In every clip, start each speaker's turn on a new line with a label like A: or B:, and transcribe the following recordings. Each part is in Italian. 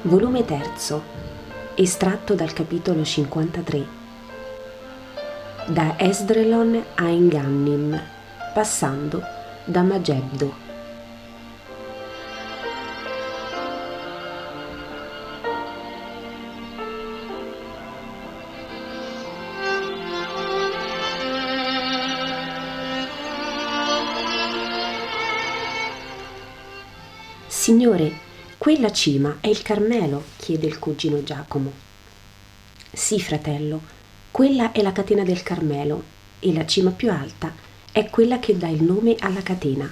A: Volume 3, estratto dal capitolo 53. Da Esdrelon a Engannim, passando da Mageddo. Signore, quella cima è il Carmelo? Chiede il cugino Giacomo. Sì, fratello, quella è la catena del Carmelo e la cima più alta è quella che dà il nome alla catena.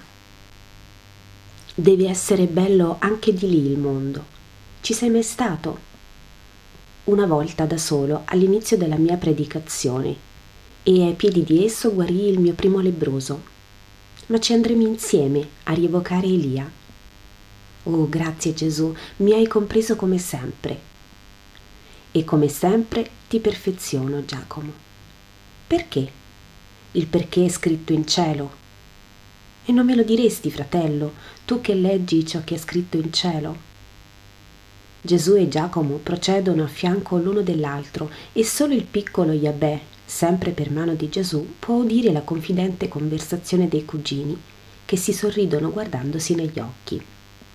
A: Deve essere bello anche di lì il mondo. Ci sei mai stato? Una volta da solo all'inizio della mia predicazione e ai piedi di esso guarii il mio primo lebbroso. Ma ci andremo insieme a rievocare Elia. Oh, grazie Gesù, mi hai compreso come sempre. E come sempre ti perfeziono, Giacomo. Perché? Il perché è scritto in cielo. E non me lo diresti, fratello, tu che leggi ciò che è scritto in cielo? Gesù e Giacomo procedono a fianco l'uno dell'altro e solo il piccolo Iabè, sempre per mano di Gesù, può udire la confidente conversazione dei cugini che si sorridono guardandosi negli occhi.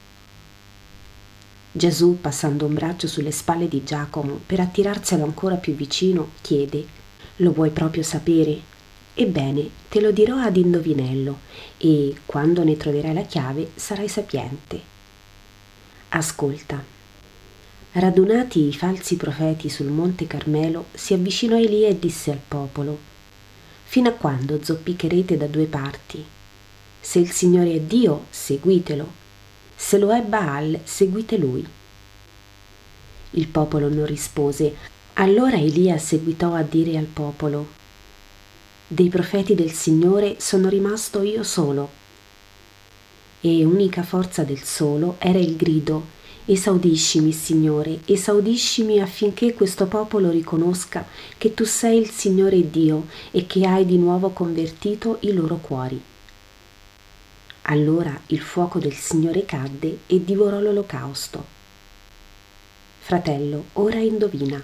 A: Gesù, passando un braccio sulle spalle di Giacomo per attirarselo ancora più vicino, chiede: «Lo vuoi proprio sapere? Ebbene, te lo dirò ad indovinello e, quando ne troverai la chiave, sarai sapiente. Ascolta». Radunati i falsi profeti sul monte Carmelo, si avvicinò Elia e disse al popolo: «Fino a quando zoppicherete da due parti? Se il Signore è Dio, seguitelo. Se lo è Baal, seguite lui». Il popolo non rispose. Allora Elia seguitò a dire al popolo: «Dei profeti del Signore sono rimasto io solo». E unica forza del solo era il grido: «Esaudiscimi, Signore, esaudiscimi affinché questo popolo riconosca che tu sei il Signore Dio e che hai di nuovo convertito i loro cuori». Allora il fuoco del Signore cadde e divorò l'olocausto. Fratello, ora indovina.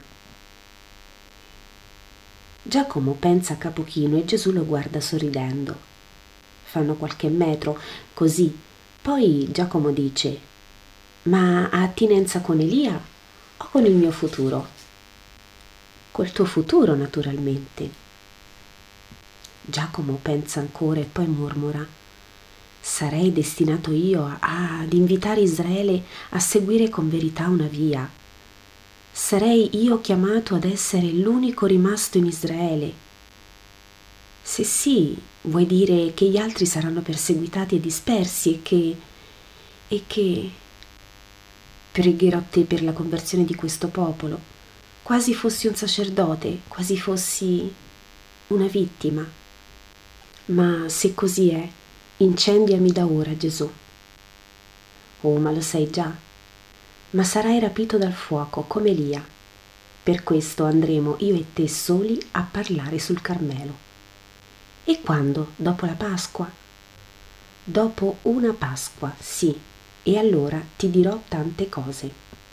A: Giacomo pensa a capo chino e Gesù lo guarda sorridendo. Fanno qualche metro, così. Poi Giacomo dice: «Ma ha attinenza con Elia o con il mio futuro?» «Col tuo futuro, naturalmente». Giacomo pensa ancora e poi mormora: «Sarei destinato io ad invitare Israele a seguire con verità una via. Sarei io chiamato ad essere l'unico rimasto in Israele. Se sì, vuoi dire che gli altri saranno perseguitati e dispersi e che pregherò te per la conversione di questo popolo, quasi fossi un sacerdote, quasi fossi una vittima. Ma se così è, incendiami da ora, Gesù». «Oh, ma lo sai già. Ma sarai rapito dal fuoco come Elia. Per questo andremo io e te soli a parlare sul Carmelo». «E quando? Dopo la Pasqua?» «Dopo una Pasqua, sì, e allora ti dirò tante cose».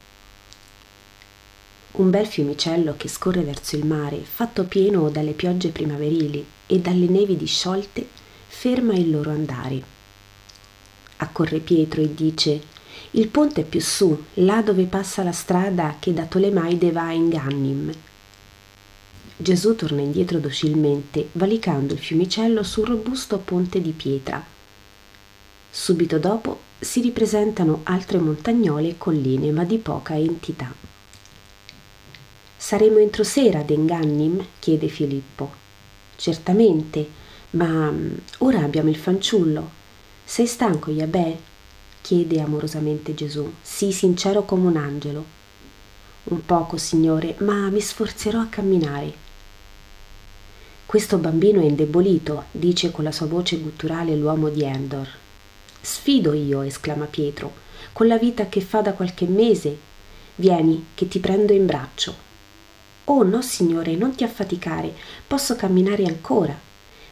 A: Un bel fiumicello che scorre verso il mare, fatto pieno dalle piogge primaverili e dalle nevi disciolte, ferma il loro andare. Accorre Pietro e dice: «Il ponte è più su, là dove passa la strada che da Tolemaide va a Engannim». Gesù torna indietro docilmente, valicando il fiumicello sul robusto ponte di pietra. Subito dopo si ripresentano altre montagnole e colline, ma di poca entità. «Saremo entro sera ad Engannim?» chiede Filippo. «Certamente, ma ora abbiamo il fanciullo. Sei stanco, Iabè?» chiede amorosamente Gesù. «Sii sincero come un angelo». «Un poco, Signore, ma mi sforzerò a camminare». «Questo bambino è indebolito», dice con la sua voce gutturale l'uomo di Endor. «Sfido io», esclama Pietro, «con la vita che fa da qualche mese. Vieni, che ti prendo in braccio». «Oh no, Signore, non ti affaticare, posso camminare ancora».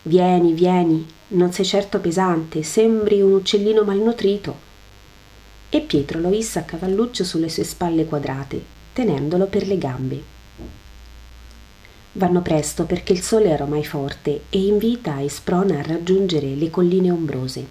A: Vieni, non sei certo pesante, sembri un uccellino malnutrito». e Pietro lo issa a cavalluccio sulle sue spalle quadrate, tenendolo per le gambe. Vanno presto perché il sole è ormai forte e invita e sprona a raggiungere le colline ombrose.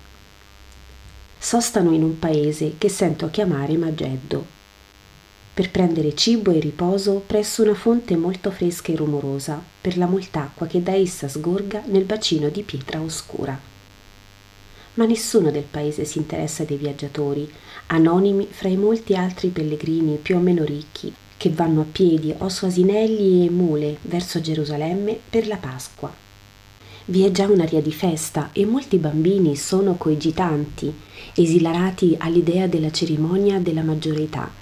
A: Sostano in un paese che sento chiamare Mageddo, per prendere cibo e riposo presso una fonte molto fresca e rumorosa per la molt'acqua che da essa sgorga nel bacino di pietra oscura. Ma nessuno del paese si interessa dei viaggiatori, anonimi fra i molti altri pellegrini più o meno ricchi che vanno a piedi o su asinelli e mule verso Gerusalemme per la Pasqua. Vi è già un'aria di festa e molti bambini sono coegitanti, esilarati all'idea della cerimonia della maggiore età.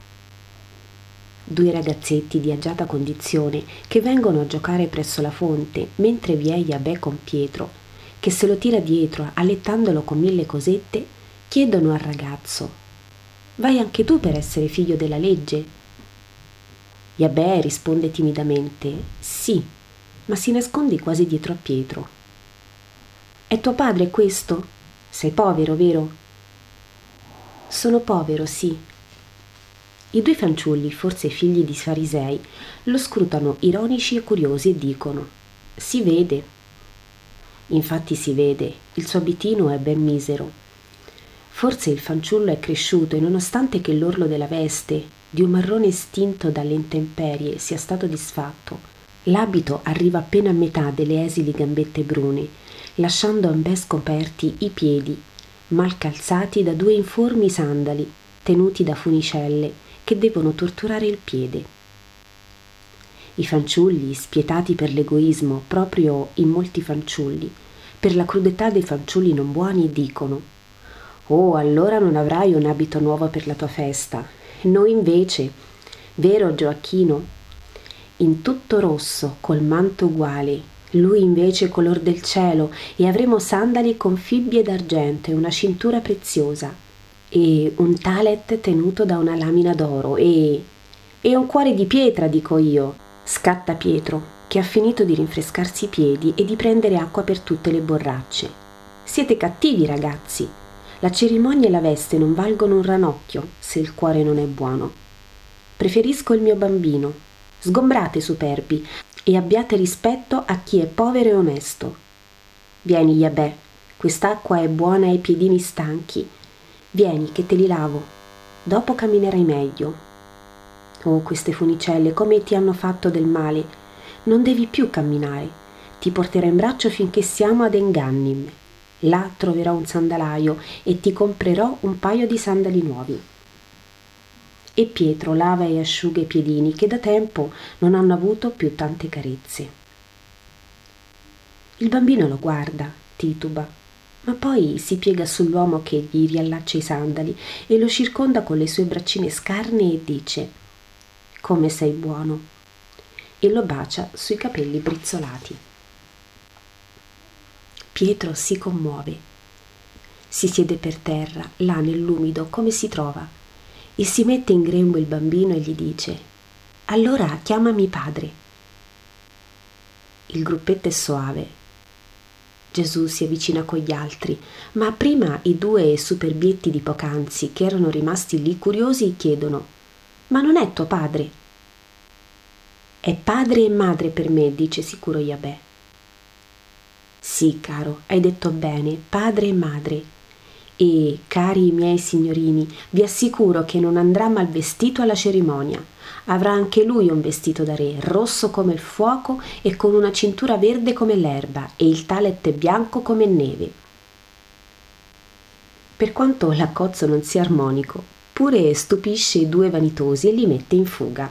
A: 2 ragazzetti di agiata condizione che vengono a giocare presso la fonte mentre vi è Jabè con Pietro, che se lo tira dietro allettandolo con 1000 cosette, chiedono al ragazzo: «Vai anche tu per essere figlio della legge?» Jabè risponde timidamente: «Sì», ma si nasconde quasi dietro a Pietro. «È tuo padre questo? Sei povero, vero?» «Sono povero, sì». I 2 fanciulli, forse figli di farisei, lo scrutano ironici e curiosi e dicono: «Si vede». Infatti si vede, il suo abitino è ben misero. Forse il fanciullo è cresciuto e nonostante che l'orlo della veste, di un marrone stinto dalle intemperie, sia stato disfatto, l'abito arriva appena a metà delle esili gambette brune, lasciando ben scoperti i piedi, mal calzati da 2 informi sandali, tenuti da funicelle, che devono torturare il piede. I fanciulli, spietati per l'egoismo proprio in molti fanciulli, per la crudetà dei fanciulli non buoni, dicono: «Oh, allora non avrai un abito nuovo per la tua festa. Noi invece, vero Gioacchino? In tutto rosso, col manto uguale, lui invece color del cielo, e avremo sandali con fibbie d'argento e una cintura preziosa, e un talet tenuto da una lamina d'oro, e un cuore di pietra, dico io», scatta Pietro, che ha finito di rinfrescarsi i piedi e di prendere acqua per tutte le borracce. «Siete cattivi, ragazzi. La cerimonia e la veste non valgono un ranocchio se il cuore non è buono. Preferisco il mio bambino. Sgombrate, superbi, e abbiate rispetto a chi è povero e onesto. Vieni, Jabè, quest'acqua è buona ai piedini stanchi. Vieni che te li lavo. Dopo camminerai meglio. Oh, queste funicelle, come ti hanno fatto del male! Non devi più camminare. Ti porterò in braccio finché siamo ad Engannim. Là troverò un sandalaio e ti comprerò un paio di sandali nuovi». E Pietro lava e asciuga i piedini che da tempo non hanno avuto più tante carezze. Il bambino lo guarda, tituba, ma poi si piega sull'uomo che gli riallaccia i sandali e lo circonda con le sue braccine scarne e dice: «Come sei buono», e lo bacia sui capelli brizzolati. Pietro si commuove, si siede per terra, là nell'umido, come si trova, e si mette in grembo il bambino e gli dice: «Allora chiamami padre». Il gruppetto è soave. Gesù si avvicina con gli altri, ma prima i 2 superbietti di poc'anzi, che erano rimasti lì curiosi, chiedono: «Ma non è tuo padre?» «È padre e madre per me», dice sicuro Jabè. «Sì, caro, hai detto bene, padre e madre. E, cari miei signorini, vi assicuro che non andrà mal vestito alla cerimonia. Avrà anche lui un vestito da re, rosso come il fuoco e con una cintura verde come l'erba e il talet bianco come neve». Per quanto l'accozzo non sia armonico, pure stupisce i 2 vanitosi e li mette in fuga.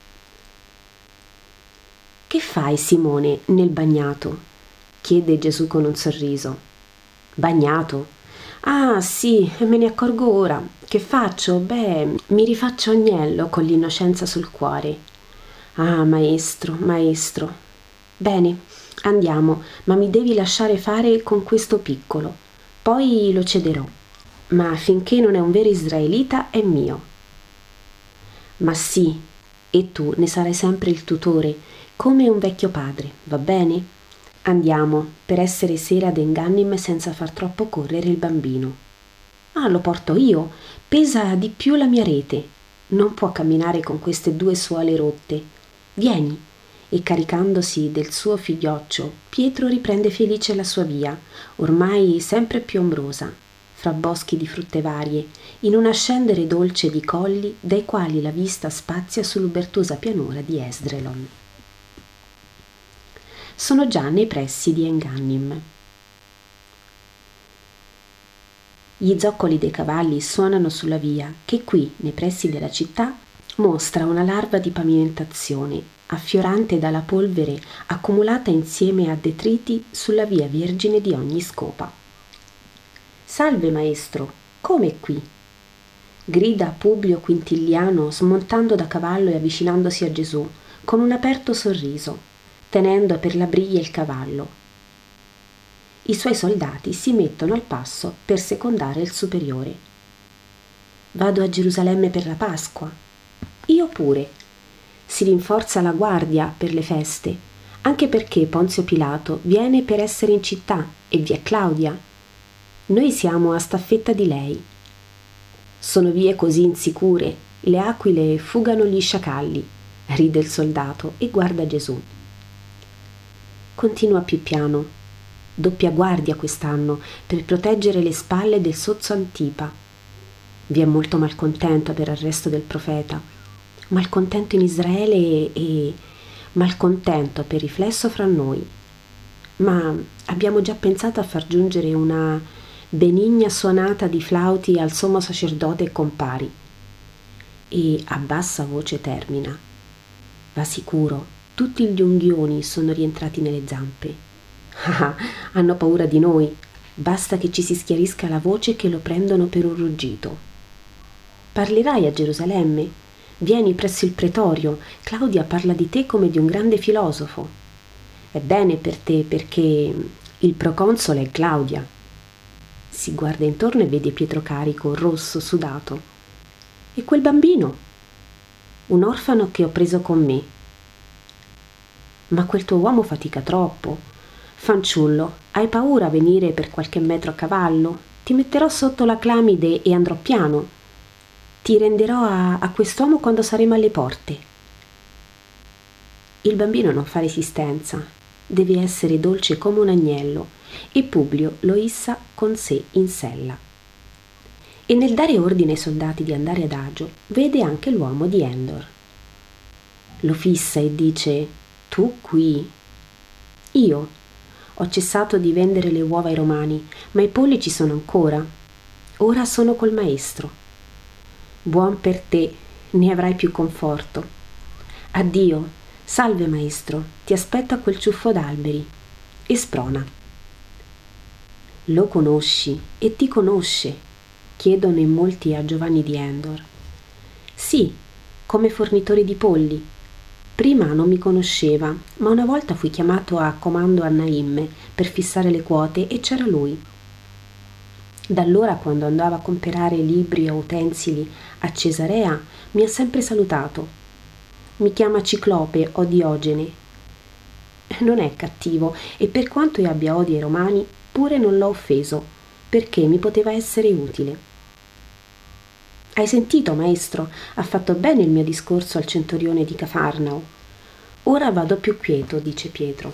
A: «Che fai, Simone, nel bagnato?» chiede Gesù con un sorriso. «Bagnato? Ah, sì, me ne accorgo ora. Che faccio? Beh, mi rifaccio agnello con l'innocenza sul cuore». «Ah, maestro, maestro. Bene, andiamo, ma mi devi lasciare fare con questo piccolo. Poi lo cederò. Ma finché non è un vero israelita è mio». «Ma sì, e tu ne sarai sempre il tutore, come un vecchio padre, va bene? Andiamo, per essere sera ad Engannim senza far troppo correre il bambino». Ah, lo porto io, pesa di più la mia rete. Non può camminare con queste 2 suole rotte. Vieni. E caricandosi del suo figlioccio, Pietro riprende felice la sua via, ormai sempre più ombrosa, fra boschi di frutte varie, in un ascendere dolce di colli dai quali la vista spazia sull'ubertosa pianura di Esdraelon. Sono già nei pressi di Engannim. Gli zoccoli dei cavalli suonano sulla via che qui, nei pressi della città, mostra una larva di pavimentazione, affiorante dalla polvere accumulata insieme a detriti sulla via vergine di ogni scopa. «Salve, maestro, come qui?» grida Publio Quintiliano smontando da cavallo e avvicinandosi a Gesù, con un aperto sorriso, tenendo per la briglia il cavallo. I suoi soldati si mettono al passo per secondare il superiore. «Vado a Gerusalemme per la Pasqua». «Io pure». Si rinforza la guardia per le feste, anche perché Ponzio Pilato viene per essere in città e vi è Claudia. Noi siamo a staffetta di lei. Sono vie così insicure, le aquile fugano gli sciacalli, ride il soldato e guarda Gesù. Continua più piano. Doppia guardia quest'anno per proteggere le spalle del sozzo Antipa. Vi è molto malcontento per l'arresto del profeta, malcontento in Israele e malcontento per riflesso fra noi. Ma abbiamo già pensato a far giungere una benigna suonata di flauti al sommo sacerdote e compari. E a bassa voce termina: va sicuro, tutti gli unghioni sono rientrati nelle zampe. Ah, hanno paura di noi, basta che ci si schiarisca la voce che lo prendono per un ruggito. Parlerai a Gerusalemme? Vieni presso il pretorio, Claudia parla di te come di un grande filosofo. È bene per te perché il proconsole è Claudia. Si guarda intorno e vede Pietro carico, rosso, sudato. E quel bambino? Un orfano che ho preso con me. Ma quel tuo uomo fatica troppo. Fanciullo, hai paura a venire per qualche metro a cavallo? Ti metterò sotto la clamide e andrò piano. Ti renderò a quest'uomo quando saremo alle porte. Il bambino non fa resistenza, deve essere dolce come un agnello, e Publio lo issa con sé in sella. E nel dare ordine ai soldati di andare adagio, vede anche l'uomo di Endor. Lo fissa e dice: tu qui? Io ho cessato di vendere le uova ai romani, ma i polli ci sono ancora. Ora sono col maestro. Buon per te, ne avrai più conforto. Addio, salve maestro, ti aspetto a quel ciuffo d'alberi. E sprona. Lo conosci e ti conosce? Chiedono in molti a Giovanni di Endor. Sì, come fornitore di polli. Prima non mi conosceva, ma una volta fui chiamato a comando a Naim per fissare le quote e c'era lui. Da allora, quando andavo a comprare libri o utensili a Cesarea, mi ha sempre salutato. Mi chiama Ciclope o Diogene. Non è cattivo e per quanto io abbia odi ai romani, pure non l'ho offeso, perché mi poteva essere utile. Hai sentito, maestro? Ha fatto bene il mio discorso al centurione di Cafarnao. Ora vado più quieto, dice Pietro.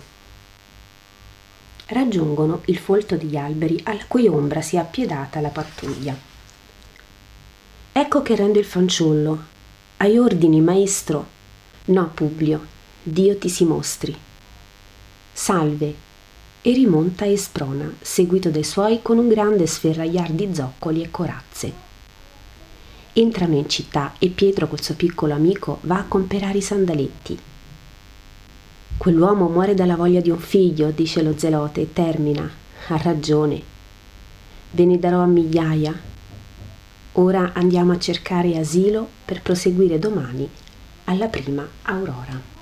A: Raggiungono il folto degli alberi alla cui ombra si è appiedata la pattuglia. Ecco che rende il fanciullo. Hai ordini, maestro? No, Publio, Dio ti si mostri. Salve. E rimonta e sprona, seguito dai suoi con un grande sferragliar di zoccoli e corazze. Entrano in città e Pietro col suo piccolo amico va a comperare i sandaletti. Quell'uomo muore dalla voglia di un figlio, dice lo zelote e termina. Ha ragione. Ve ne darò a migliaia. Ora andiamo a cercare asilo per proseguire domani alla prima aurora.